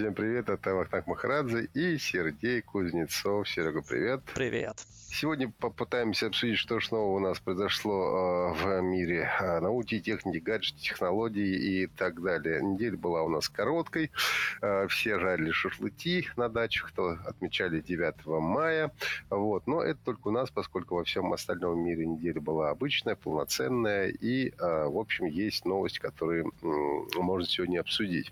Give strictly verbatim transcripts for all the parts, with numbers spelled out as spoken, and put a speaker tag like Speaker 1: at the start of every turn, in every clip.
Speaker 1: Всем привет, это Вахтанг Махарадзе и Сергей Кузнецов. Серега, привет.
Speaker 2: Привет.
Speaker 1: Сегодня попытаемся обсудить, что ж нового у нас произошло в мире науки, техники, гаджетов, технологий и так далее. Неделя была у нас короткой. Все жарили шашлыки на дачах, кто отмечали девятого мая. Вот. Но это только у нас, поскольку во всем остальном мире неделя была обычная, полноценная. И, в общем, есть новости, которые можно сегодня обсудить.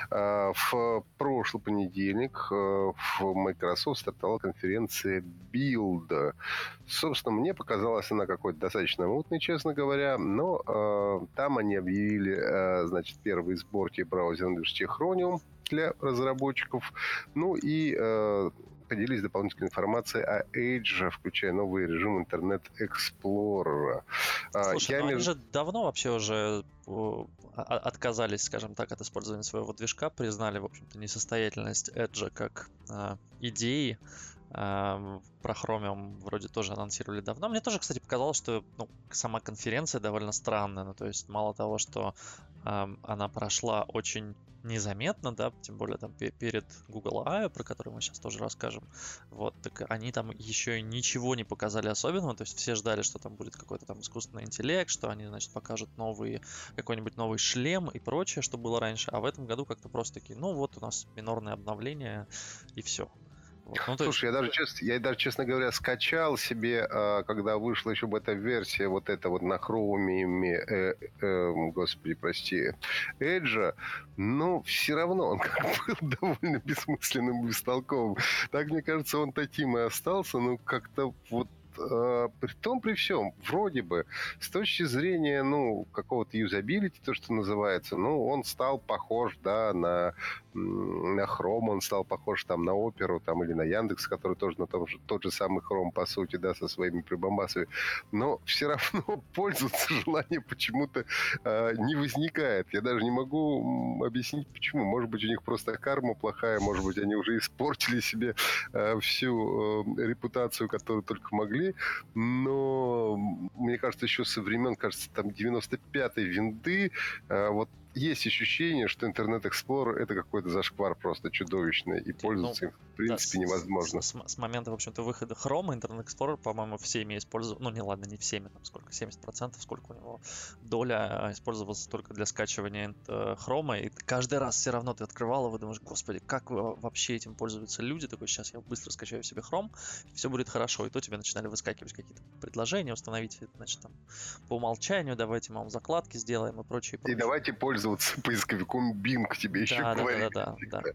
Speaker 1: В прошлый понедельник в Microsoft стартовала конференция Build. Собственно, мне показалась она какой-то достаточно мутной, честно говоря, но э, там они объявили, э, значит, первые сборки браузера на движке Chromium для разработчиков, ну и э, поделились дополнительной информацией о Edge, включая новый режим Internet Explorer.
Speaker 2: Слушай,
Speaker 1: Я
Speaker 2: ну
Speaker 1: между...
Speaker 2: они же давно вообще уже отказались, скажем так, от использования своего движка, признали, в общем-то, несостоятельность Edge как э, идеи. Uh, про Chromium вроде тоже анонсировали давно. Мне тоже, кстати, показалось, что ну, сама конференция довольно странная. Ну, то есть мало того, что uh, она прошла очень незаметно, да, тем более там перед Google I O, про который мы сейчас тоже расскажем. Вот, так они там еще и ничего не показали особенного. То есть все ждали, что там будет какой-то там искусственный интеллект, что они, значит, покажут новый, какой-нибудь новый шлем и прочее, что было раньше. А в этом году как-то просто такие, ну вот у нас минорное обновление и все.
Speaker 1: Вот. Ну, Слушай, есть... я, даже, честно, я даже, честно говоря, скачал себе, когда вышла еще бета-версия вот эта вот на Chromium, э, э, господи, прости, Edge, но все равно он как был довольно бессмысленным, бестолковым. Так, мне кажется, он таким и остался, ну, как-то вот при том, при всем, вроде бы, с точки зрения, ну, какого-то юзабилити, то, что называется, ну, он стал похож, да, на, на Chrome, он стал похож там на Оперу, там, или на Яндекс, который тоже на том же, тот же самый Chrome, по сути, да, со своими прибамбасами, но все равно пользоваться желание почему-то э, не возникает. Я даже не могу объяснить, почему. Может быть, у них просто карма плохая, может быть, они уже испортили себе э, всю э, репутацию, которую только могли. Но мне кажется, еще со времен, кажется, там девяносто пятой винды э, вот есть ощущение, что Internet Explorer это какой-то зашквар просто чудовищный, и пользоваться ну, им в принципе да, невозможно.
Speaker 2: С, с, с момента, в общем-то, выхода Chrome Internet Explorer, по-моему, всеми используют, ну не ладно, не всеми, там сколько, семьдесят процентов, сколько у него доля использовалась только для скачивания Chrome, и каждый раз все равно ты открывал его, думаешь, господи, как вообще этим пользуются люди, такой, сейчас я быстро скачаю себе Chrome, и все будет хорошо, и то тебе начинали выскакивать какие-то предложения, установить, значит, там, по умолчанию, давайте мы вам закладки сделаем и прочее. И, прочее.
Speaker 1: И давайте пользоваться поисковиком Bing, тебе еще
Speaker 2: да,
Speaker 1: говорили.
Speaker 2: Да, да, да, да.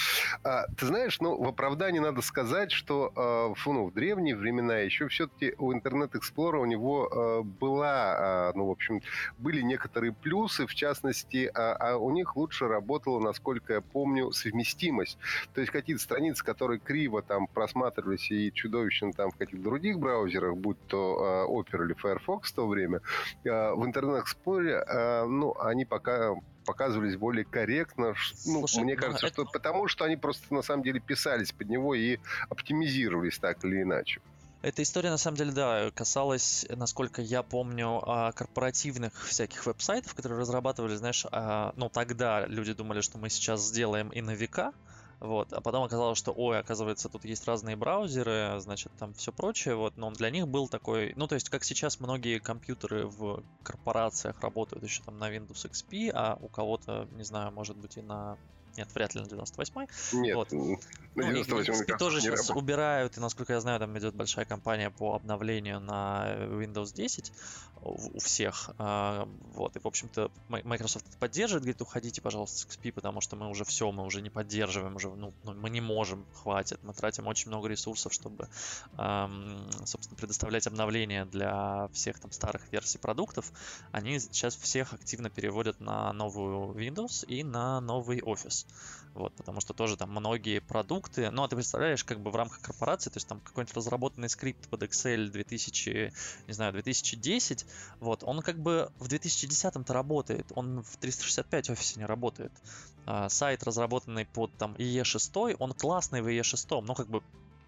Speaker 1: А, ты знаешь, ну, в оправдании надо сказать, что э, ну, в древние времена еще все-таки у Internet Explorer у него э, была, э, ну, в общем, были некоторые плюсы, в частности, а, а у них лучше работала, насколько я помню, совместимость. То есть какие-то страницы, которые криво там просматривались и чудовищно там в каких-то других браузерах, будь то э, Opera или Firefox в то время, э, в Internet Explorer, э, ну, они пока... показывались более корректно. Ну,
Speaker 2: Слушай,
Speaker 1: мне кажется,
Speaker 2: это...
Speaker 1: что потому что они просто на самом деле писались под него и оптимизировались так или иначе.
Speaker 2: Эта история, на самом деле, да, касалась, насколько я помню, корпоративных всяких веб-сайтов, которые разрабатывали, знаешь, ну, тогда люди думали, что мы сейчас сделаем и на века, вот, а потом оказалось, что, ой, оказывается, тут есть разные браузеры, значит, там все прочее, вот, но для них был такой, ну, то есть, как сейчас многие компьютеры в корпорациях работают еще там на Windows икс пи, а у кого-то, не знаю, может быть, и на... Нет, вряд ли на девяносто восьмой.
Speaker 1: Нет,
Speaker 2: вот.
Speaker 1: на
Speaker 2: девяносто восьмом
Speaker 1: ну,
Speaker 2: тоже сейчас работает. Убирают, и, насколько я знаю, там идет большая кампания по обновлению на Windows десять у всех. Вот, и, в общем-то, Microsoft поддерживает, говорит, уходите, пожалуйста, с икс пи, потому что мы уже все, мы уже не поддерживаем, уже, ну, мы не можем, хватит. Мы тратим очень много ресурсов, чтобы, собственно, предоставлять обновления для всех там старых версий продуктов. Они сейчас всех активно переводят на новую Windows и на новый Office. Вот, потому что тоже там многие продукты, ну, а ты представляешь, как бы в рамках корпорации, то есть там какой-нибудь разработанный скрипт под Excel две тысячи, не знаю, две тысячи десять, вот, он как бы в две тысячи десятом-то работает, он в триста шестьдесят пять офисе не работает. А, сайт, разработанный под там и и шесть, он классный в и и шесть, но как бы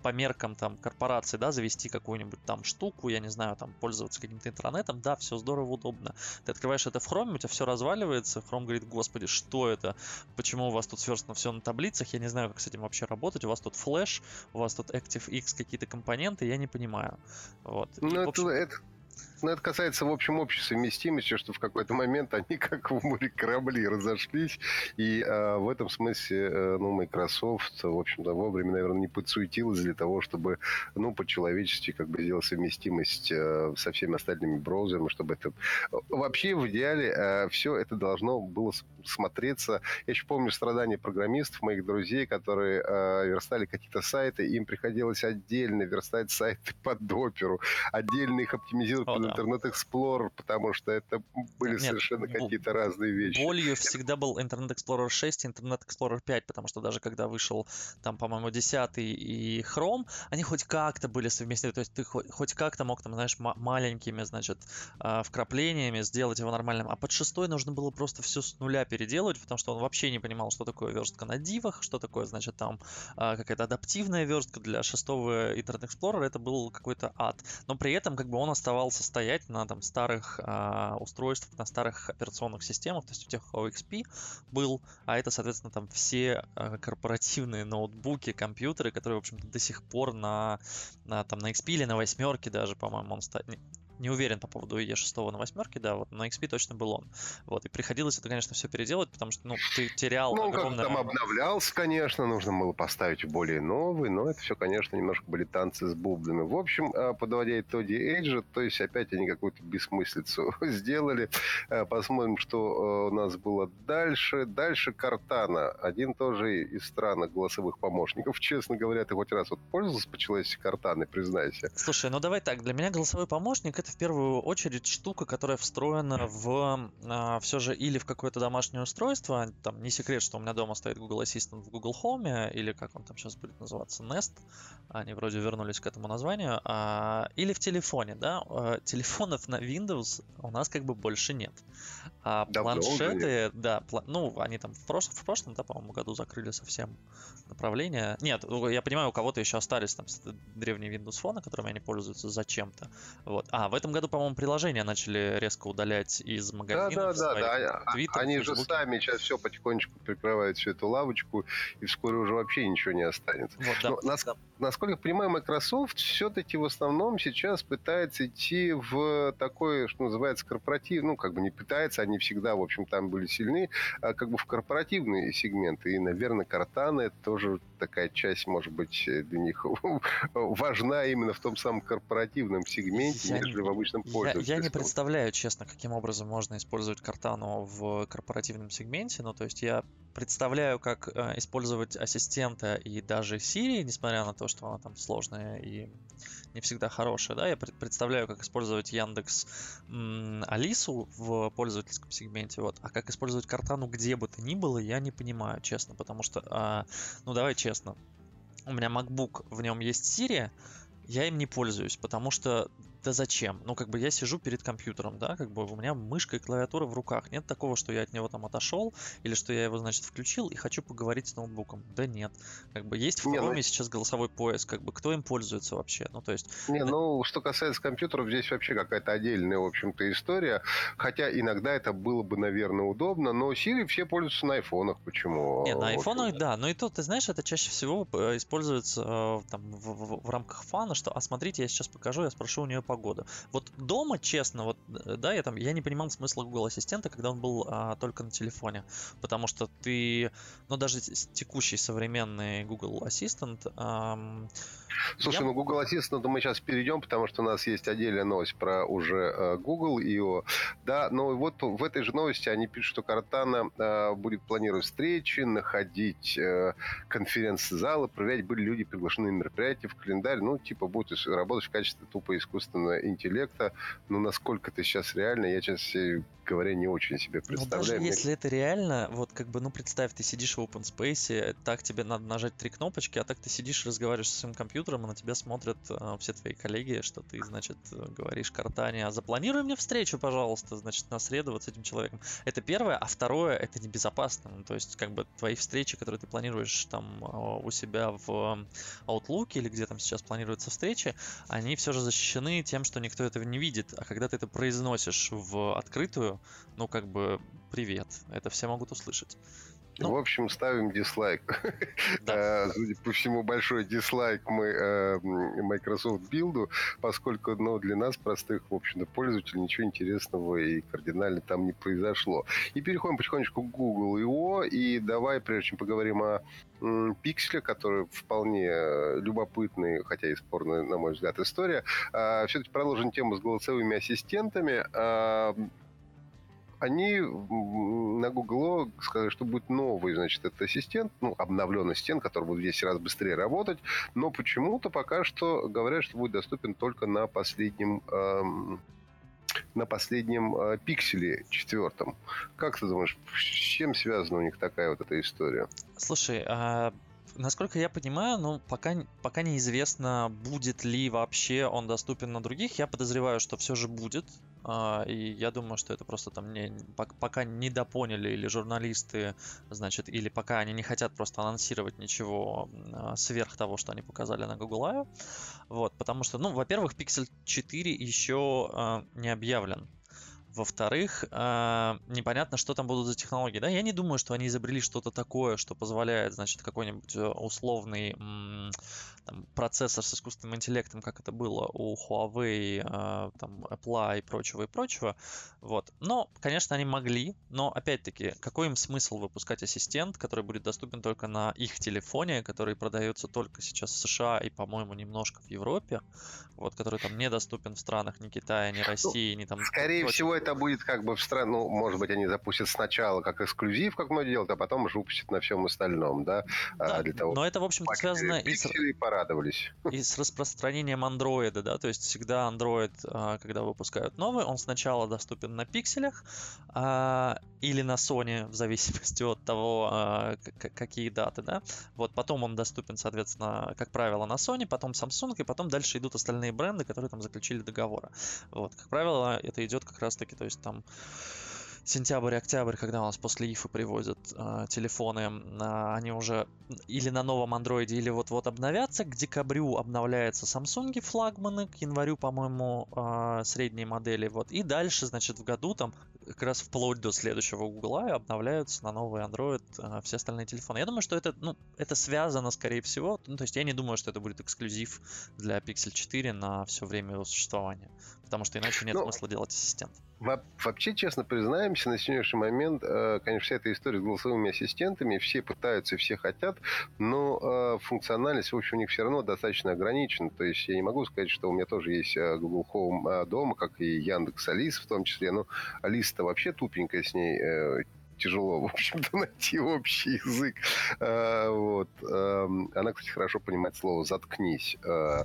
Speaker 2: по меркам там корпорации, да, завести какую-нибудь там штуку, я не знаю, там пользоваться каким-то интернетом, да, все здорово, удобно. Ты открываешь это в Chrome, у тебя все разваливается, Chrome говорит: господи, что это? Почему у вас тут сверстно все на таблицах? Я не знаю, как с этим вообще работать. У вас тут Flash, у вас тут ActiveX какие-то компоненты, я не понимаю. Вот. И,
Speaker 1: Ну,
Speaker 2: в общем,
Speaker 1: это, это, ну, это касается, в общем, общей совместимости, что в какой-то момент они как в море корабли разошлись, и э, в этом смысле, э, ну, Microsoft, в общем-то, вовремя, наверное, не подсуетилась для того, чтобы, ну, по-человечески как бы сделать совместимость э, со всеми остальными браузерами, чтобы это... Вообще, в идеале, э, все это должно было смотреться... Я еще помню страдания программистов, моих друзей, которые э, верстали какие-то сайты, им приходилось отдельно верстать сайты под оперу, отдельно их оптимизировать под Internet Explorer, потому что это были
Speaker 2: Нет,
Speaker 1: совершенно
Speaker 2: б-
Speaker 1: какие-то разные вещи.
Speaker 2: болью всегда был Internet Explorer шесть и Internet Explorer пять, потому что даже когда вышел там, по-моему, десять и Chrome, они хоть как-то были совместимы, то есть ты хоть, хоть как-то мог там, знаешь, ма- маленькими, значит, а, вкраплениями сделать его нормальным, а под шестой нужно было просто все с нуля переделывать, потому что он вообще не понимал, что такое верстка на дивах, что такое, значит, там а, какая-то адаптивная верстка для шестого Internet Explorer, это был какой-то ад. Но при этом как бы он оставался стоять на там старых а, устройствах, на старых операционных системах, то есть у тех, у кого икс пи был, а это, соответственно, там все а, корпоративные ноутбуки, компьютеры, которые, в общем-то, до сих пор на, на, там, на икс пи или на восьмерке даже, по-моему, он стоит. Не уверен по поводу и шесть на восьмерке, да, вот на икс пи точно был он. Вот, и приходилось это, конечно, все переделать, потому что, ну, ты терял
Speaker 1: Ну, он
Speaker 2: огромное...
Speaker 1: как-то там обновлялся, конечно, нужно было поставить более новый, но это все, конечно, немножко были танцы с бубнами. В общем, а, подводя итоги Edge, то есть опять они какую-то бессмыслицу сделали. А, Посмотрим, что а, у нас было дальше. Дальше Cortana. Один тоже из странных голосовых помощников. Честно говоря, ты хоть раз вот пользовался по-человечески Cortana, признайся?
Speaker 2: Слушай, ну давай так, для меня голосовой помощник — это в первую очередь штука, которая встроена в а, все же или в какое-то домашнее устройство, там не секрет, что у меня дома стоит Google Assistant в Google Home, или как он там сейчас будет называться, Nest, они вроде вернулись к этому названию, а, или в телефоне, да, А, телефонов на Windows у нас как бы больше нет. А
Speaker 1: Давно уже нет.
Speaker 2: планшеты, да, пла- ну, они там в, прош- в прошлом, да, по-моему, году закрыли совсем направление. Нет, у- я понимаю, у кого-то еще остались там с- древние Windows Phone, которыми они пользуются зачем-то. Вот. А, в этом году, по-моему, приложения начали резко удалять из
Speaker 1: Да,
Speaker 2: магазинов
Speaker 1: да, да,
Speaker 2: своих,
Speaker 1: да.
Speaker 2: там,
Speaker 1: А-
Speaker 2: Twitter,
Speaker 1: Они же
Speaker 2: Facebook.
Speaker 1: сами сейчас все потихонечку прикрывают всю эту лавочку, и вскоре уже вообще ничего не останется.
Speaker 2: Вот, да.
Speaker 1: Но, нас-
Speaker 2: да.
Speaker 1: насколько я понимаю, Microsoft все-таки в основном сейчас пытается идти в такой, что называется, корпоратив, ну, как бы не пытается, они всегда, в общем, там были сильны, а как бы в корпоративные сегменты. И, наверное, Cortana — это тоже такая часть, может быть, для них важна именно в том самом корпоративном сегменте,
Speaker 2: Я,
Speaker 1: нежели в обычном
Speaker 2: я,
Speaker 1: пользовательском.
Speaker 2: я не представляю, честно, каким образом можно использовать Cortana в корпоративном сегменте. Ну, то есть я представляю, как э, использовать ассистента и даже Siri, несмотря на то, что она там сложная и не всегда хорошая, да, я пред- представляю, как использовать Яндекс м, Алису в пользовательском сегменте, вот, а как использовать Cortana где бы то ни было, я не понимаю, честно, потому что, а, ну, давай честно, у меня MacBook, в нем есть Siri, я им не пользуюсь, потому что да зачем? Ну, как бы я сижу перед компьютером, да, как бы у меня мышка и клавиатура в руках. Нет такого, что я от него там отошел, или что я его, значит, включил и хочу поговорить с ноутбуком. Да нет. Как бы есть в
Speaker 1: Не, ну,
Speaker 2: Chrome сейчас голосовой поиск, как бы кто им пользуется вообще? Ну, то есть...
Speaker 1: Не,
Speaker 2: на-
Speaker 1: ну, что касается компьютеров, здесь вообще какая-то отдельная, в общем-то, история. Хотя иногда это было бы, наверное, удобно, но Siri все пользуются на айфонах. Почему?
Speaker 2: Не, на
Speaker 1: В
Speaker 2: айфонах,
Speaker 1: общем,
Speaker 2: да, но и то, ты знаешь, это чаще всего э, используется э, там в, в- в рамках фана, что, а смотрите, я сейчас покажу, я спрошу у нее погоду. Вот дома, честно, вот, э, да, я там, я не понимал смысла Google Ассистента, когда он был а, только на телефоне, потому что ты, ну, даже с- текущий современный Google Assistant, ам,
Speaker 1: Слушай,
Speaker 2: я...
Speaker 1: ну Google Assistant мы сейчас перейдем, потому что у нас есть отдельная новость про уже э, Google и о, да, но вот в этой же новости они пишут, что Cortana э, будет планировать встречи, находить э, конференц-залы, проверять, были люди приглашены на мероприятия в календарь, ну, типа, будет работать в качестве тупо искусственного искусственного интеллекта. Но насколько это сейчас реально, я, честно говоря, не очень себе
Speaker 2: Но даже
Speaker 1: представляю. Мне
Speaker 2: если это реально, вот как бы, ну представь, ты сидишь в open space, так тебе надо нажать три кнопочки, а так ты сидишь, разговариваешь со своим компьютером, и на тебя смотрят э, все твои коллеги, что ты, значит, э, говоришь Картане, а запланируй мне встречу, пожалуйста, значит, на среду вот с этим человеком. Это первое, а второе, это небезопасно. Ну, то есть, как бы, твои встречи, которые ты планируешь там э, у себя в Outlook или где там сейчас планируются встречи, они все же защищены тем, что никто этого не видит. А когда ты это произносишь в открытую, ну, как бы, привет, это все могут услышать. Ну,
Speaker 1: в общем, ставим дизлайк.
Speaker 2: да.
Speaker 1: Э, Судя по всему, большой дизлайк мы э, Microsoft билду, поскольку, ну, для нас, простых, в общем-то, пользователей, ничего интересного и кардинально там не произошло. И переходим потихонечку к Google ай о, и давай, прежде чем поговорим о м, пикселе, который вполне э, любопытный, хотя и спорная, на мой взгляд, история, э, все-таки продолжим тему с голосовыми ассистентами. Э, Они м, на Google сказали, что будет новый, значит, этот ассистент, ну, обновленный ассистент, который будет в десять раз быстрее работать, но почему-то пока что говорят, что будет доступен только на последнем, эм, на последнем э, пикселе четвертом. Как ты думаешь, с чем связана у них такая вот эта история?
Speaker 2: Слушай, а, насколько я понимаю, ну, пока, н- пока неизвестно, будет ли вообще он доступен на других. Я подозреваю, что все же будет. А, и я думаю, что это просто там не, пок- пока не допоняли или журналисты, значит, или пока они не хотят просто анонсировать ничего м, а, сверх того, что они показали на Google I O. Вот, потому что, ну, во-первых, Pixel четыре еще а, не объявлен. Во-вторых, а, непонятно, что там будут за технологии. Да, я не думаю, что они изобрели что-то такое, что позволяет, значит, какой-нибудь э, условный м, там, процессор с искусственным интеллектом, как это было у Huawei, а, там, Apple и прочего и прочего. Вот. Но, конечно, они могли, но, опять-таки, какой им смысл выпускать ассистент, который будет доступен только на их телефоне, который продается только сейчас в США и, по-моему, немножко в Европе, вот, который там недоступен в странах ни Китая, ни
Speaker 1: Ну,
Speaker 2: России, ни там пр-
Speaker 1: скорее
Speaker 2: прочих.
Speaker 1: всего, это будет как бы в страну, ну, может быть, они запустят сначала как эксклюзив, как многие делают, а потом уже выпустят на всем остальном, да, а,
Speaker 2: Да,
Speaker 1: для того,
Speaker 2: но это, в общем-то,
Speaker 1: чтобы
Speaker 2: связано и с,
Speaker 1: пиксели порадовались.
Speaker 2: и с распространением андроида, да, то есть всегда Android, а, когда выпускают новый, он сначала доступен на пикселях а, или на Sony, в зависимости от того, а, к- к- какие даты, да. Вот потом он доступен, соответственно, как правило, на Sony, потом Samsung, и потом дальше идут остальные бренды, которые там заключили договоры. Вот, как правило, это идет как раз-таки, то есть там сентябрь-октябрь, когда у нас после ифа привозят а, телефоны, а, они уже или на новом андроиде, или вот-вот обновятся. К декабрю обновляются Samsung флагманы, к январю, по-моему, а, средние модели. Вот. И дальше, значит, в году там как раз вплоть до следующего Google I обновляются на новый Android а, все остальные телефоны. Я думаю, что это, ну, это связано, скорее всего. Ну, то есть я не думаю, что это будет эксклюзив для Pixel четыре на все время его существования. Потому что иначе нет
Speaker 1: Ну,
Speaker 2: смысла делать ассистент.
Speaker 1: Во- Вообще, честно признаемся, на сегодняшний момент, э, конечно, вся эта история с голосовыми ассистентами, все пытаются, все хотят, но э, функциональность, в общем, у них все равно достаточно ограничена. То есть я не могу сказать, что у меня тоже есть э, Google Home э, дома, как и Яндекс Алиса в том числе. Но Алиса-то вообще тупенькая, с ней э, тяжело, в общем-то, найти общий язык. Э, вот. Эм, Она, кстати, хорошо понимает слово «заткнись». Э,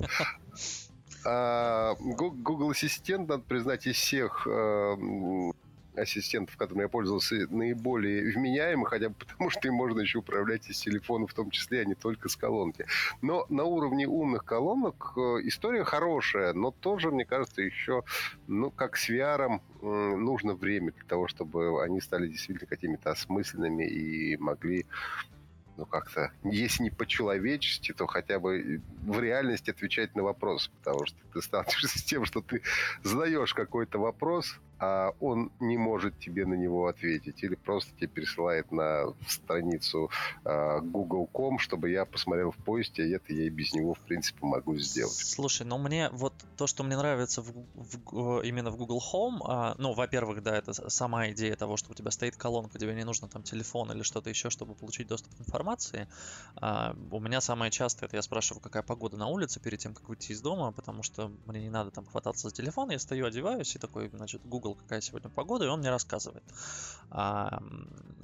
Speaker 1: а, Гу- Google Ассистент, надо признать, из всех э, м, ассистентов, которыми я пользовался, наиболее вменяемый, хотя бы потому, что им можно еще управлять из телефона, в том числе, а не только с колонки. Но на уровне умных колонок э, история хорошая, но тоже, мне кажется, еще, ну, как с ви ар, м, нужно время для того, чтобы они стали действительно какими-то осмысленными и могли, ну, как-то, если не по-человечески, то хотя бы в реальности отвечать на вопросы, потому что ты сталкиваешься с тем, что ты задаешь какой-то вопрос, а он не может тебе на него ответить, или просто тебе пересылает на страницу э, гугл точка ком, чтобы я посмотрел в поиске, и это я и без него, в принципе, могу сделать.
Speaker 2: Слушай, ну мне вот то, что мне нравится в, в- э, именно в Google Home, а, ну, во-первых, да, это с- сама идея того, что у тебя стоит колонка, тебе не нужно там телефон или что-то еще, чтобы получить доступ к информации. А, у меня самое частое, это я спрашиваю, какая погода на улице перед тем, как выйти из дома, потому что мне не надо там хвататься за телефон, я стою, одеваюсь и такой, значит, Google, какая сегодня погода, и он мне рассказывает. А,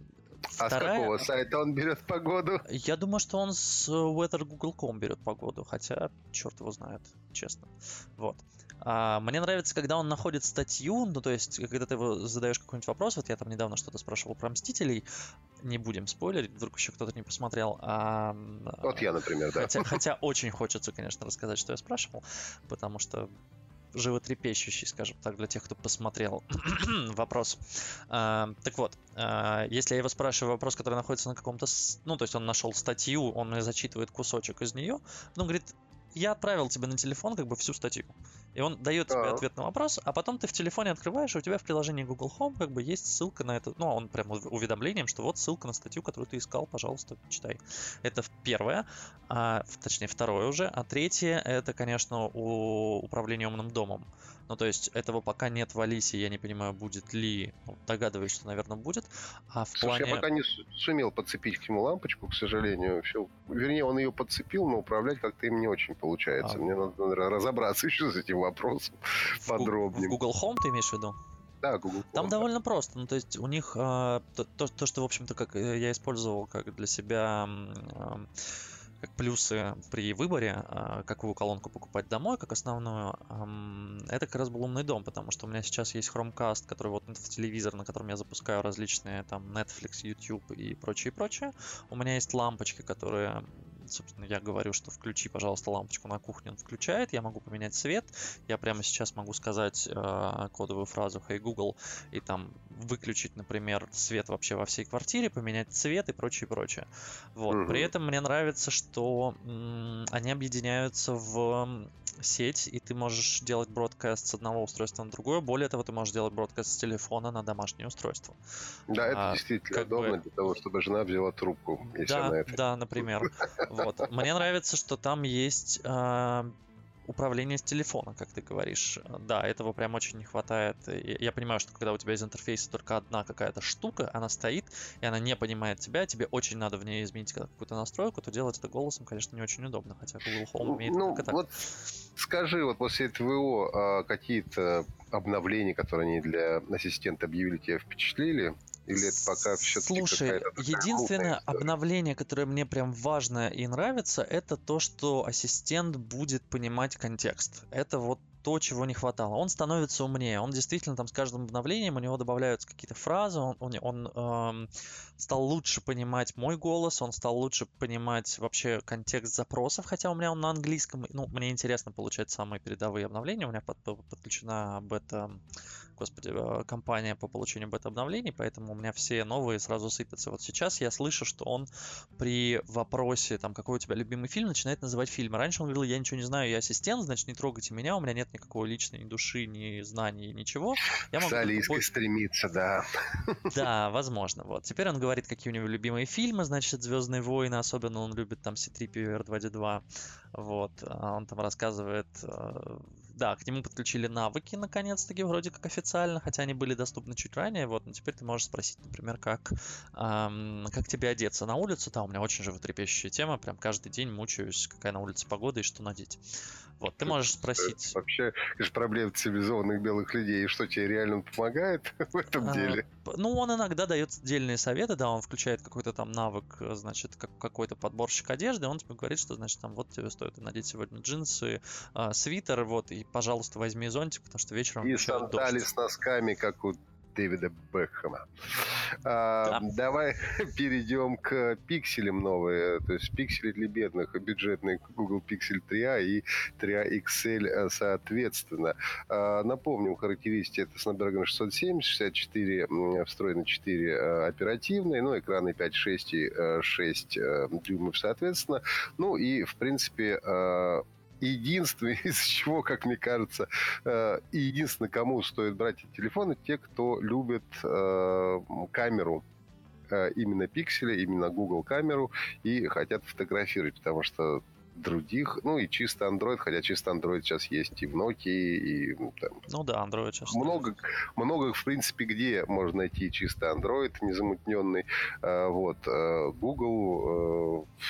Speaker 1: А с какого сайта он берет погоду?
Speaker 2: Я думаю, что он с weather точка гугл точка ком берет погоду, хотя черт его знает, честно. Вот. А, мне нравится, когда он находит статью, ну, то есть, когда ты его задаешь какой-нибудь вопрос, вот я там недавно что-то спрашивал про Мстителей, не будем спойлерить, вдруг еще кто-то не посмотрел. А,
Speaker 1: вот я, например, да.
Speaker 2: Хотя, хотя очень хочется, конечно, рассказать, что я спрашивал, потому что животрепещущий, скажем так, для тех, кто посмотрел вопрос. А, так вот, а, если я его спрашиваю вопрос, который находится на каком-то... С... Ну, то есть он нашел статью, он мне зачитывает кусочек из нее, ну, говорит, я отправил тебе на телефон как бы всю статью. И он дает тебе ответ на вопрос, а потом ты в телефоне открываешь, и у тебя в приложении Google Home как бы есть ссылка на это. Ну, он прям уведомлением, что вот ссылка на статью, которую ты искал, пожалуйста, читай. Это первое, а, точнее второе уже. А третье, это, конечно, у управления умным домом. Ну, то есть этого пока нет в Алисе, я не понимаю, будет ли. Ну, догадываюсь, что, наверное, будет. А в
Speaker 1: Слушай,
Speaker 2: плане...
Speaker 1: я пока не сумел подцепить к нему лампочку, к сожалению. Все. Вернее, он ее подцепил, но управлять как-то им не очень получается. А... Мне надо, надо разобраться еще с этим вопросом в подробнее.
Speaker 2: В Google Home ты имеешь в виду?
Speaker 1: Да, Google Home.
Speaker 2: Там
Speaker 1: да.
Speaker 2: довольно просто. Ну, то есть у них э, то, то, то, что, в общем-то, как я использовал как для себя... Э, как плюсы при выборе, какую колонку покупать домой, как основную, это как раз был умный дом, потому что у меня сейчас есть Chromecast, который вот в телевизор, на котором я запускаю различные там Netflix, YouTube и прочее, прочее. У меня есть лампочки, которые, собственно, я говорю, что включи, пожалуйста, лампочку на кухне, он включает, я могу поменять цвет, я прямо сейчас могу сказать э, кодовую фразу «Hey Google» и там выключить, например, свет вообще во всей квартире, поменять цвет и прочее, прочее. Вот. Mm-hmm. При этом мне нравится, что м- они объединяются в сеть, и ты можешь делать бродкаст с одного устройства на другое. Более того, ты можешь делать бродкаст с телефона на домашнее устройство.
Speaker 1: Да, это а, действительно удобно бы... для того, чтобы жена взяла трубку, если
Speaker 2: да,
Speaker 1: она это...
Speaker 2: Да, например. Вот. Мне нравится, что там есть э, управление с телефона, как ты говоришь. Да, этого прям очень не хватает. Я понимаю, что когда у тебя из интерфейса только одна какая-то штука, она стоит, и она не понимает тебя, тебе очень надо в ней изменить какую-то настройку, то делать это голосом, конечно, не очень удобно, хотя Google Home умеет
Speaker 1: ну,
Speaker 2: только так.
Speaker 1: Вот скажи, вот после твоего какие-то обновления, которые они для ассистента объявили, тебя впечатлили? Или это пока все-таки
Speaker 2: Слушай, единственное обновление, которое мне прям важно и нравится, это то, что ассистент будет понимать контекст. Это вот то, чего не хватало. Он становится умнее. Он действительно там с каждым обновлением у него добавляются какие-то фразы. Он, он, он эм, стал лучше понимать мой голос. Он стал лучше понимать вообще контекст запросов. Хотя у меня он на английском. Ну, мне интересно получать самые передовые обновления. У меня под, подключена бета... Господи, компания по получению бета-обновлений, поэтому у меня все новые сразу сыпятся. Вот сейчас я слышу, что он при вопросе, там, какой у тебя любимый фильм, начинает называть фильм. Раньше он говорил, я ничего не знаю, я ассистент, значит, не трогайте меня, у меня нет никакой личной ни души, ни знаний, ничего. Я могу
Speaker 1: к Алиской стремиться, да.
Speaker 2: Да, возможно. Вот. Теперь он говорит, какие у него любимые фильмы, значит, «Звездные войны», особенно он любит там си три пи о и ар два ди два. Вот. Он там рассказывает... Да, к нему подключили навыки, наконец-таки, вроде как официально, хотя они были доступны чуть ранее. Вот, но теперь ты можешь спросить, например, как, эм, как тебе одеться на улицу. Да, у меня очень животрепещущая тема, прям каждый день мучаюсь, какая на улице погода и что надеть. Вот, ты можешь спросить...
Speaker 1: Вообще, это проблема цивилизованных белых людей. И что, тебе реально помогает в этом
Speaker 2: а,
Speaker 1: деле?
Speaker 2: Ну, он иногда дает отдельные советы, да, он включает какой-то там навык, значит, как, какой-то подборщик одежды, он тебе говорит, что, значит, там, вот тебе стоит надеть сегодня джинсы, э, свитер, вот, и, пожалуйста, возьми зонтик, потому что вечером
Speaker 1: и сандали с носками, как у Дэвида Бекхэма. А, да. Давай перейдем к пикселям новые. То есть пиксели для бедных, бюджетный Google Pixel три а и три а икс эль соответственно. А, напомним, характеристики: это Snapdragon шестьсот семьдесят, шестьдесят четыре встроенный, четыре оперативный, ну, экраны пять, шесть и шесть дюймов соответственно. Ну и, в принципе, единственное, из чего, как мне кажется, э, и единственное, кому стоит брать эти телефоны, те, кто любит э, камеру, э, именно пикселя, именно Google камеру, и хотят фотографировать, потому что других, ну и чисто Android, хотя чисто Android сейчас есть и в Nokia, и там,
Speaker 2: ну да, Android сейчас
Speaker 1: много, много, в принципе, где можно найти чисто Android незамутненный, э, вот, э, Google э,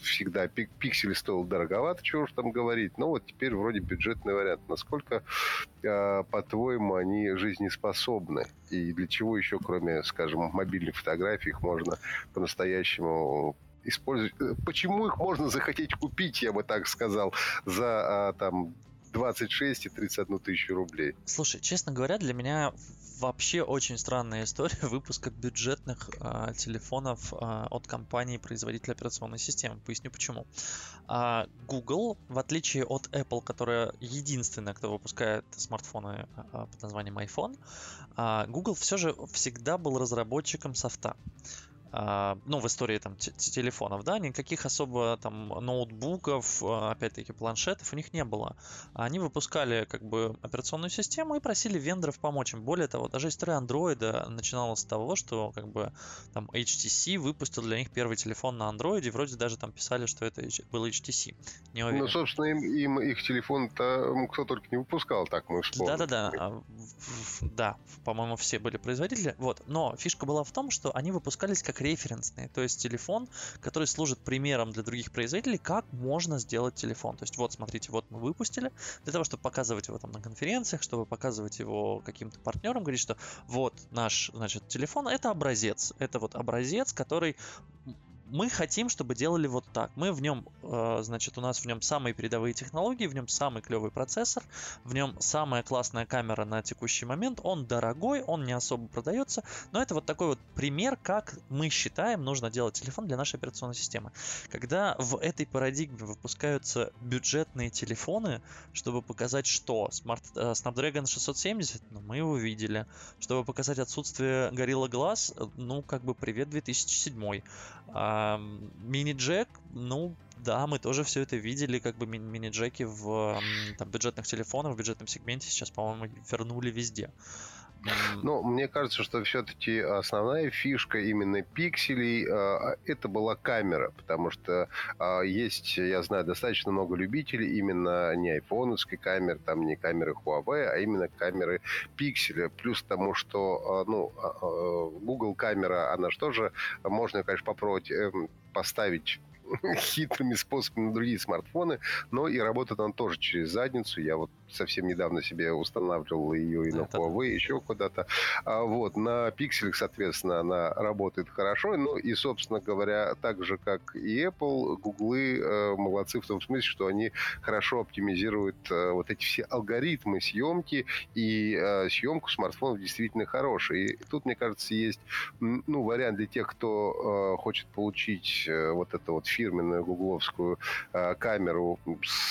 Speaker 1: всегда пик, пиксель стоил дороговато, чего уж там говорить. Но вот теперь вроде бюджетный вариант. Насколько, э, по-твоему, они жизнеспособны? И для чего еще, кроме, скажем, мобильных фотографий, их можно по-настоящему использовать? Почему их можно захотеть купить, я бы так сказал, за там двадцать шесть и тридцать одну тысячу рублей?
Speaker 2: Слушай, честно говоря, для меня вообще очень странная история выпуска бюджетных а, телефонов а, от компании-производителя операционной системы. Поясню почему. А, Google, в отличие от Apple, которая единственная, кто выпускает смартфоны а, под названием iPhone, а, Google все же всегда был разработчиком софта. Uh, ну, в истории там т- телефонов, да, никаких особо там ноутбуков, uh, опять-таки планшетов у них не было. Они выпускали как бы операционную систему и просили вендоров помочь им. Более того, даже история андроида начиналась с того, что как бы там эйч ти си выпустил для них первый телефон на андроиде, вроде даже там писали, что это был эйч ти си. Не уверен.
Speaker 1: Ну, собственно, им, им их телефон-то кто только не выпускал, так мы вспомним.
Speaker 2: Да-да-да, да, по-моему, все были производители. Вот, но фишка была в том, что они выпускались как референсные, то есть телефон, который служит примером для других производителей, как можно сделать телефон. То есть вот, смотрите, вот мы выпустили, для того, чтобы показывать его там на конференциях, чтобы показывать его каким-то партнерам, говорить, что вот наш, значит, телефон, это образец, это вот образец, который мы хотим, чтобы делали вот так. Мы в нем, э, значит, у нас в нем самые передовые технологии, в нем самый клевый процессор, в нем самая классная камера на текущий момент. Он дорогой, он не особо продается, но это вот такой вот пример, как мы считаем, нужно делать телефон для нашей операционной системы. Когда в этой парадигме выпускаются бюджетные телефоны, чтобы показать, что Smart, э, Snapdragon шестьсот семьдесят, ну, мы его видели. Чтобы показать отсутствие Gorilla Glass, ну, как бы привет две тысячи седьмой. Мини-джек, ну да, мы тоже все это видели, как бы ми- мини-джеки в там, бюджетных телефонах, в бюджетном сегменте сейчас, по-моему, вернули везде.
Speaker 1: Ну, мне кажется, что все-таки основная фишка именно пикселей э, это была камера, потому что э, есть, я знаю, достаточно много любителей именно не айфоновской камеры, там не камеры Huawei, а именно камеры пикселя. Плюс к тому, что э, ну, э, Google камера, она же тоже, можно, конечно, попробовать э, поставить хитрыми способами на другие смартфоны, но и работает она тоже через задницу. Я вот совсем недавно себе устанавливал ее и на Huawei, еще куда-то. А вот на пикселях, соответственно, она работает хорошо. Ну и, собственно говоря, так же, как и Apple, Гуглы э, молодцы в том смысле, что они хорошо оптимизируют э, вот эти все алгоритмы съемки, и э, съемку смартфонов действительно хорошая. И тут, мне кажется, есть ну, вариант для тех, кто э, хочет получить э, вот это вот фирменную гугловскую э, камеру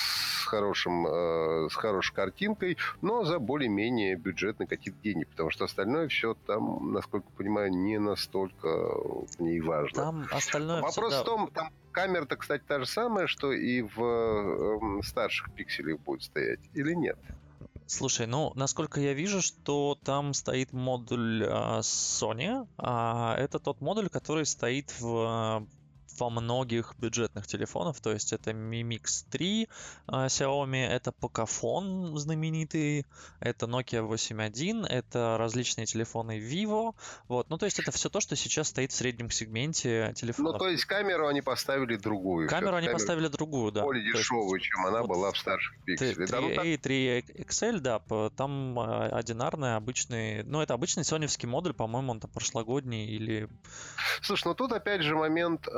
Speaker 1: с хорошим, э, с хорошей картинкой, но за более-менее бюджетные какие-то деньги, потому что остальное все там, насколько понимаю, не настолько не важно.
Speaker 2: Там остальное
Speaker 1: Вопрос
Speaker 2: всегда...
Speaker 1: в том, там камера-то, кстати, та же самая, что и в э, старших пикселях будет стоять, или нет?
Speaker 2: Слушай, ну, насколько я вижу, что там стоит модуль э, Sony, а это тот модуль, который стоит в... во многих бюджетных телефонах, то есть это Mi Mix три uh, Xiaomi, это Pocophone знаменитый, это Nokia восемь один, это различные телефоны Vivo, вот, ну то есть это все то, что сейчас стоит в среднем сегменте телефонов.
Speaker 1: Ну то есть камеру они поставили другую.
Speaker 2: Камеру они камеру поставили другую, да.
Speaker 1: Более дешевую, чем она вот была в старших пикселях.
Speaker 2: три эй, три икс эл, да, там одинарный, обычный, ну это обычный соневский модуль, по-моему, он там прошлогодний или...
Speaker 1: Слушай, ну тут опять же момент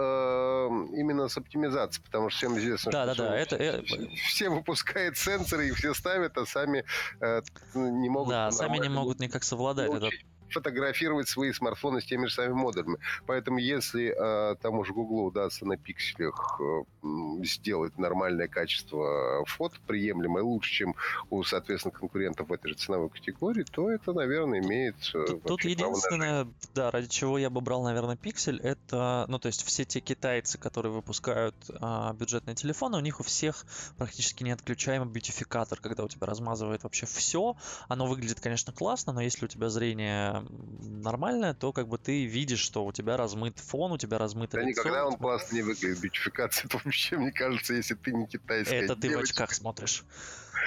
Speaker 1: именно с оптимизацией, потому что всем известно,
Speaker 2: да,
Speaker 1: что
Speaker 2: да, да,
Speaker 1: все,
Speaker 2: это...
Speaker 1: все выпускают сенсоры, и все ставят, а сами э, не могут...
Speaker 2: Да, сами не могут никак совладать. Это...
Speaker 1: фотографировать свои смартфоны с теми же самыми модулями. Поэтому если э, тому же Гуглу удастся на пикселях э, сделать нормальное качество фото, приемлемое, лучше, чем у, соответственно, конкурентов в этой же ценовой категории, то это, наверное, имеет...
Speaker 2: Тут, тут единственное, да, ради чего я бы брал, наверное, пиксель, это, ну, то есть все те китайцы, которые выпускают а, бюджетные телефоны, у них у всех практически неотключаемый бьютификатор, когда у тебя размазывает вообще все. Оно выглядит, конечно, классно, но если у тебя зрение нормальная, то как бы ты видишь, что у тебя размыт фон, у тебя размыто
Speaker 1: да
Speaker 2: лицо.
Speaker 1: Никогда он классно не выглядит. Бьютификация, это вообще, мне кажется, если ты не китайская
Speaker 2: это ты
Speaker 1: девочка.
Speaker 2: в очках смотришь.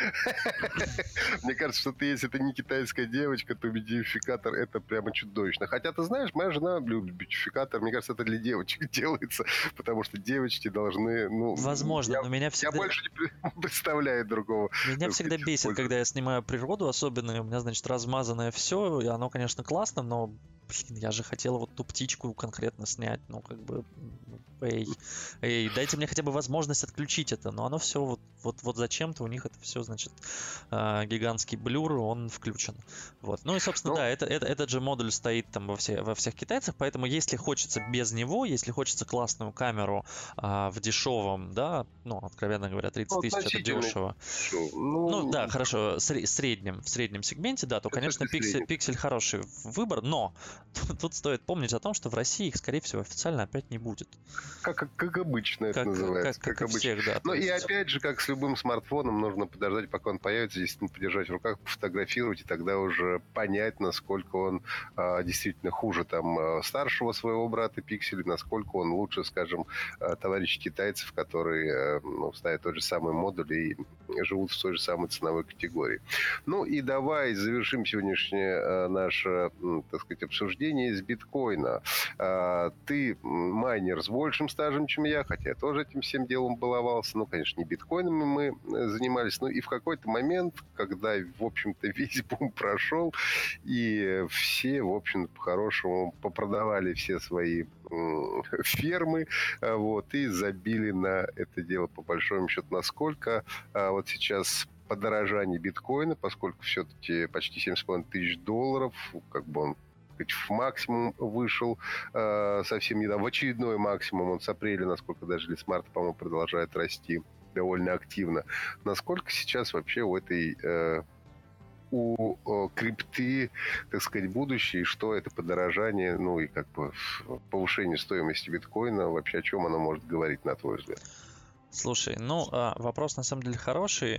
Speaker 1: Мне кажется, что ты, если ты не китайская девочка, то битификатор это прямо чудовищно. Хотя, ты знаешь, моя жена любит битификатор. Мне кажется, это для девочек делается, потому что девочки должны, ну...
Speaker 2: Возможно,
Speaker 1: я,
Speaker 2: но меня всегда...
Speaker 1: Я больше не представляю другого.
Speaker 2: Меня всегда бесит, когда я снимаю природу, особенно, у меня, значит, размазанное все, и оно, конечно, классно, но, блин, я же хотел вот ту птичку конкретно снять, ну, как бы, эй, эй, дайте мне хотя бы возможность отключить это, но оно все вот, вот, вот зачем-то у них это все, значит, э, гигантский блюр, он включен, вот. Ну и, собственно, ну, да, это, это, этот же модуль стоит там во, все, во всех китайцах, поэтому если хочется без него, если хочется классную камеру э, в дешевом, да, ну, откровенно говоря, тридцать тысяч это дешево. Ну, ну да, хорошо, сре- среднем, в среднем сегменте, да, то, конечно, пиксель, пиксель хороший выбор, но тут, тут стоит помнить о том, что в России их, скорее всего, официально опять не будет.
Speaker 1: Как, как, как обычно это
Speaker 2: как,
Speaker 1: называется.
Speaker 2: Как, как,
Speaker 1: как
Speaker 2: как обычно. Всех, да.
Speaker 1: Ну
Speaker 2: есть...
Speaker 1: и опять же, как с любым смартфоном, нужно подождать, пока он появится, действительно подержать в руках, пофотографировать, и тогда уже понять, насколько он а, действительно хуже там а, старшего своего брата пикселя, насколько он лучше, скажем, а, товарищей китайцев, которые а, ну, ставят тот же самый модуль и живут в той же самой ценовой категории. Ну и давай завершим сегодняшнее а, наше, так сказать, обсуждение с биткоина. А, ты майнер с большим стажем, чем я, хотя я тоже этим всем делом баловался. Ну, конечно, не биткоинами мы занимались, но и в какой-то момент, когда, в общем-то, весь бум прошел, и все, в общем-то, по-хорошему попродавали все свои фермы, вот, и забили на это дело, по большому счету, насколько вот сейчас подорожание биткоина, поскольку все-таки почти семь с половиной тысяч долларов, как бы он в максимум вышел э, совсем недавно, в очередной максимум, он с апреля, насколько даже или с марта, по-моему, продолжает расти довольно активно. Насколько сейчас вообще у этой э, у э, крипты, так сказать, будущее, и что это подорожание, ну и как бы повышение стоимости биткоина, вообще о чем оно может говорить, на твой взгляд?
Speaker 2: Слушай, ну, вопрос на самом деле хороший.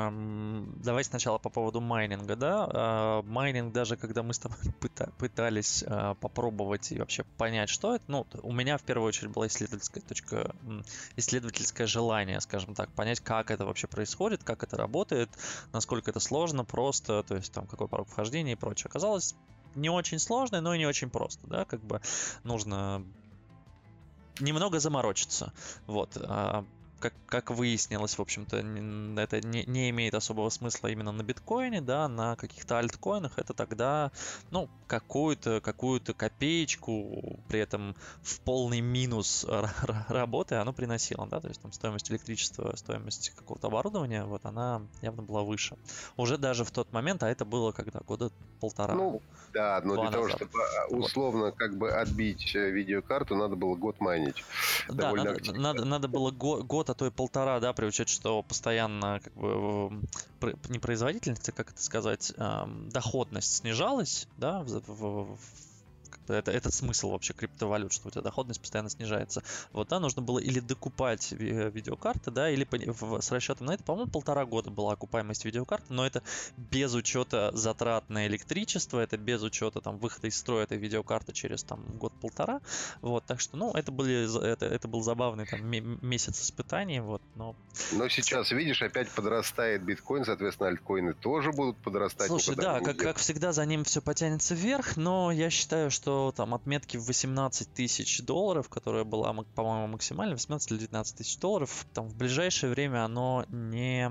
Speaker 2: Давай сначала по поводу майнинга, да. Майнинг, даже когда мы с тобой пытались попробовать и вообще понять, что это, ну, у меня в первую очередь была исследовательская точка, исследовательское желание, скажем так, понять, как это вообще происходит, как это работает, насколько это сложно, просто, то есть там какой порог вхождения и прочее. Оказалось, не очень сложно, но и не очень просто, да, как бы нужно немного заморочиться, вот. Как, как выяснилось, в общем-то, это не, не имеет особого смысла именно на биткоине, да, на каких-то альткоинах это тогда, ну, какую-то, какую-то копеечку, при этом в полный минус работы оно приносило, да, то есть там стоимость электричества, стоимость какого-то оборудования, вот она явно была выше. Уже даже в тот момент, а это было когда, года полтора.
Speaker 1: Ну, да, но для того, чтобы условно вот. как бы отбить видеокарту, надо было год майнить.
Speaker 2: Да, надо, надо, надо было го, год, а то и полтора, да, при учете, что постоянно как бы не производительность, а как это сказать, эм, доходность снижалась, да, в, в, в, это, это смысл вообще криптовалют, что у тебя доходность постоянно снижается. Вот, да, нужно было или докупать ви- видеокарты, да, или по, в, с расчетом на это, по-моему, полтора года была окупаемость видеокарты, но это без учета затрат на электричество, это без учета там выхода из строя этой видеокарты через там год-полтора, вот, так что, ну, это были, это, это был забавный там месяц испытаний, вот, но...
Speaker 1: Но сейчас, видишь, опять подрастает биткоин, соответственно, альткоины тоже будут подрастать.
Speaker 2: Слушай, да, как, как всегда за ним все потянется вверх, но я считаю, что там отметки в восемнадцать тысяч долларов, которая была, по-моему, максимально, восемнадцать или девятнадцать тысяч долларов, там в ближайшее время оно не...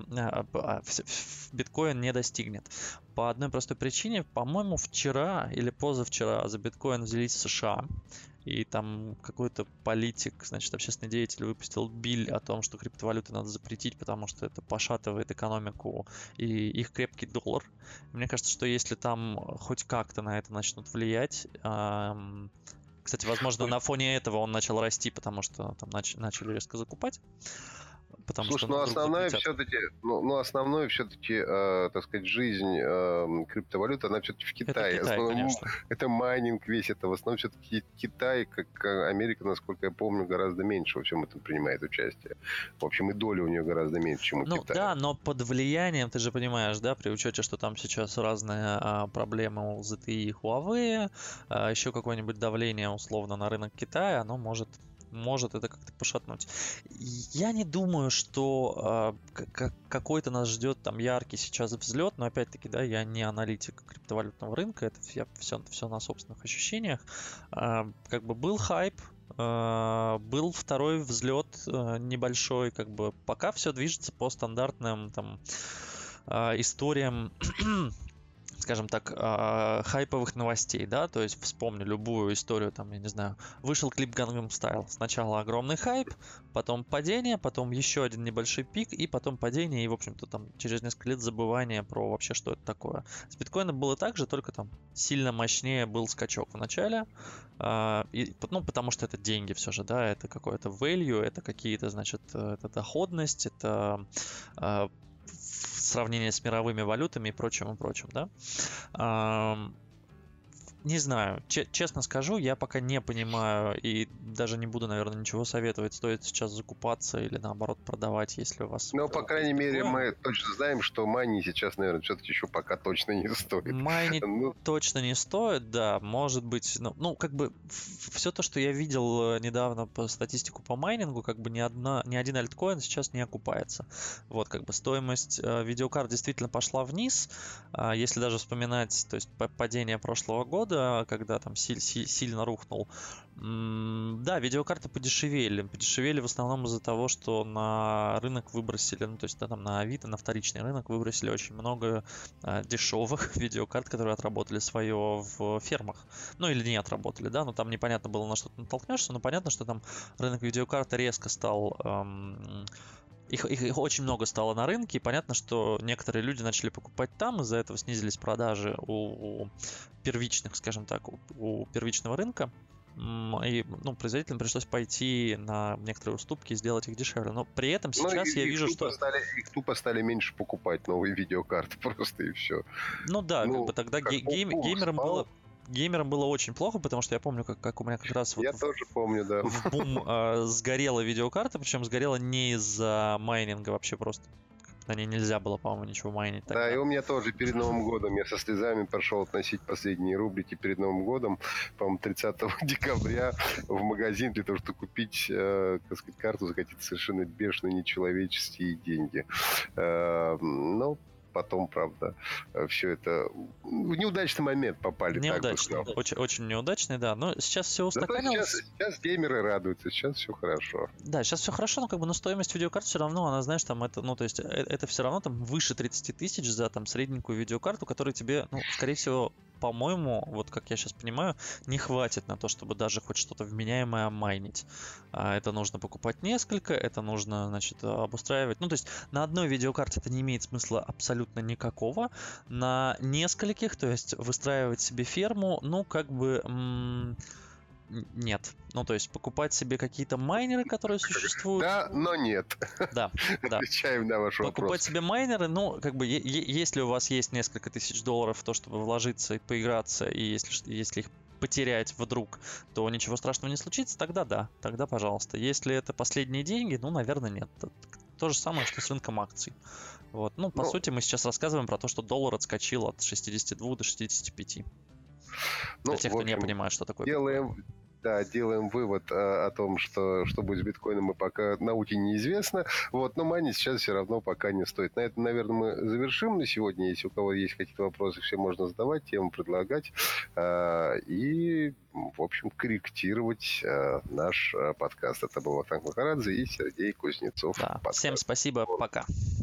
Speaker 2: биткоин не достигнет. По одной простой причине, по-моему, вчера или позавчера за биткоин взялись США, и там какой-то политик, значит, общественный деятель выпустил биль о том, что криптовалюты надо запретить, потому что это пошатывает экономику и их крепкий доллар. Мне кажется, что если там хоть как-то на это начнут влиять... Эм... Кстати, возможно, на фоне этого он начал расти, потому что там нач- начали резко закупать. Потому
Speaker 1: Слушай,
Speaker 2: что,
Speaker 1: ну, основная все-таки, ну, ну, основное все-таки, э, так сказать, жизнь э, криптовалюты, она все-таки в Китае.
Speaker 2: Это Китай,
Speaker 1: основном, это майнинг весь, это в основном все-таки Китай, как Америка, насколько я помню, гораздо меньше во всем этом принимает участие. В общем, и доля у нее гораздо меньше, чем у
Speaker 2: ну,
Speaker 1: Китая.
Speaker 2: Да, но под влиянием, ты же понимаешь, да, при учете, что там сейчас разные а, проблемы у зет и и, Huawei, а, еще какое-нибудь давление условно на рынок Китая, оно может может это как-то пошатнуть. Я не думаю, что э, к- какой-то нас ждет там яркий сейчас взлет, но опять-таки, да, я не аналитик криптовалютного рынка, это я все, все на собственных ощущениях. Э, как бы был хайп, э, был второй взлет э, небольшой, как бы пока все движется по стандартным там э, историям, скажем так, э, хайповых новостей, да, то есть вспомню любую историю, там, я не знаю, вышел клип Gangnam Style, сначала огромный хайп, потом падение, потом еще один небольшой пик, и потом падение, и, в общем-то, там, через несколько лет забывание про вообще, что это такое. С биткоином было так же, только там сильно мощнее был скачок в начале, э, и, ну, потому что это деньги все же, да, это какое-то value, это какие-то, значит, это доходность, это э, сравнение с мировыми валютами и прочим, и прочим, да. Ам, Не знаю, че- честно скажу, я пока не понимаю и даже не буду, наверное, ничего советовать, стоит сейчас закупаться или наоборот продавать, если у вас
Speaker 1: Но, по
Speaker 2: есть
Speaker 1: крайней мере,
Speaker 2: биткоин.
Speaker 1: мы точно знаем, что майни сейчас, наверное, все-таки еще пока точно не стоит.
Speaker 2: Майнить
Speaker 1: Ну,
Speaker 2: точно не стоит, да, может быть, ну, ну как бы все то, что я видел э, недавно по статистику по майнингу, как бы ни одна, ни один альткоин сейчас не окупается. Вот, как бы стоимость э, видеокарт действительно пошла вниз, а если даже вспоминать, то есть па- падение прошлого года, когда там силь- си- сильно рухнул, м, да, видеокарты подешевели, подешевели в основном из-за того, что на рынок выбросили, ну, то есть, да, там на Авито, на вторичный рынок выбросили очень много а, дешевых видеокарт, которые отработали свое в фермах. Ну или не отработали, да, но там непонятно было, на что ты натолкнешься, но понятно, что там рынок видеокарт резко стал... эм, их, их, их очень много стало на рынке, и понятно, что некоторые люди начали покупать там, из-за этого снизились продажи у, у первичных, скажем так, у, у первичного рынка. М, И ну, производителям пришлось пойти на некоторые уступки и сделать их дешевле. Но при этом
Speaker 1: ну,
Speaker 2: сейчас
Speaker 1: и-
Speaker 2: я
Speaker 1: их,
Speaker 2: вижу,
Speaker 1: тупо
Speaker 2: что...
Speaker 1: стали, их тупо стали меньше покупать новые видеокарты просто, и все.
Speaker 2: Ну да, как бы
Speaker 1: Ну,
Speaker 2: тогда
Speaker 1: как
Speaker 2: ге- гейм-
Speaker 1: бум
Speaker 2: геймерам было
Speaker 1: спал,
Speaker 2: геймерам было очень плохо, потому что я помню, как, как у меня как раз вот
Speaker 1: я
Speaker 2: в,
Speaker 1: тоже помню, да.
Speaker 2: в бум а, сгорела видеокарта, причем сгорела не из-за майнинга вообще просто. На ней нельзя было, по-моему, ничего майнить
Speaker 1: Да, и
Speaker 2: тогда.
Speaker 1: у меня тоже перед Новым годом я со слезами пошел относить последние рублики перед Новым годом, по-моему, тридцатого декабря в магазин для того, чтобы купить, э, так сказать, карту за какие-то совершенно бешеные нечеловеческие деньги. Э, ну, потом, правда, все это в неудачный момент попали, так бы
Speaker 2: Неудачный,
Speaker 1: сказал.
Speaker 2: очень, очень неудачный, да. Но сейчас все
Speaker 1: Зато сейчас,
Speaker 2: устаканилось.
Speaker 1: сейчас геймеры радуются, сейчас все хорошо.
Speaker 2: Да, сейчас все хорошо, но как бы, но стоимость видеокарт все равно, она, знаешь, там это, ну, то есть э- это все равно там выше тридцать тысяч за там средненькую видеокарту, которая тебе, ну, скорее всего, по-моему, вот как я сейчас понимаю, не хватит на то, чтобы даже хоть что-то вменяемое майнить. А, Это нужно покупать несколько, это нужно, значит, обустраивать. Ну, то есть на одной видеокарте это не имеет смысла абсолютно никакого. На нескольких, то есть выстраивать себе ферму, ну, как бы... м, н- Нет. Ну, то есть покупать себе какие-то майнеры, которые существуют.
Speaker 1: Да, но нет.
Speaker 2: Да, да.
Speaker 1: Отвечаем на ваш
Speaker 2: Покупать
Speaker 1: вопрос.
Speaker 2: себе майнеры, ну, как бы, е- е- если у вас есть несколько тысяч долларов в то, чтобы вложиться и поиграться, и если, ш- если их потерять вдруг, то ничего страшного не случится, тогда да, тогда пожалуйста. Если это последние деньги, ну, наверное, нет. То, то же самое, что с рынком акций. Вот. Ну, по
Speaker 1: Ну,
Speaker 2: сути, мы сейчас рассказываем про то, что доллар отскочил от шестидесяти двух до шестидесяти пяти. Для
Speaker 1: ну,
Speaker 2: тех,
Speaker 1: в
Speaker 2: кто не
Speaker 1: общем,
Speaker 2: понимает, что такое биткоин.
Speaker 1: делаем, да, делаем вывод а, о том, что, что будет с биткоином, и пока науке неизвестно. Вот, но майнить сейчас все равно пока не стоит. На этом, наверное, мы завершим на сегодня. Если у кого есть какие-то вопросы, все можно задавать, тему предлагать. а, и, в общем, корректировать а, наш а, подкаст. Это был Вахтанг Махарадзе и Сергей Кузнецов.
Speaker 2: Да. Всем
Speaker 1: Подкаст.
Speaker 2: спасибо, пока.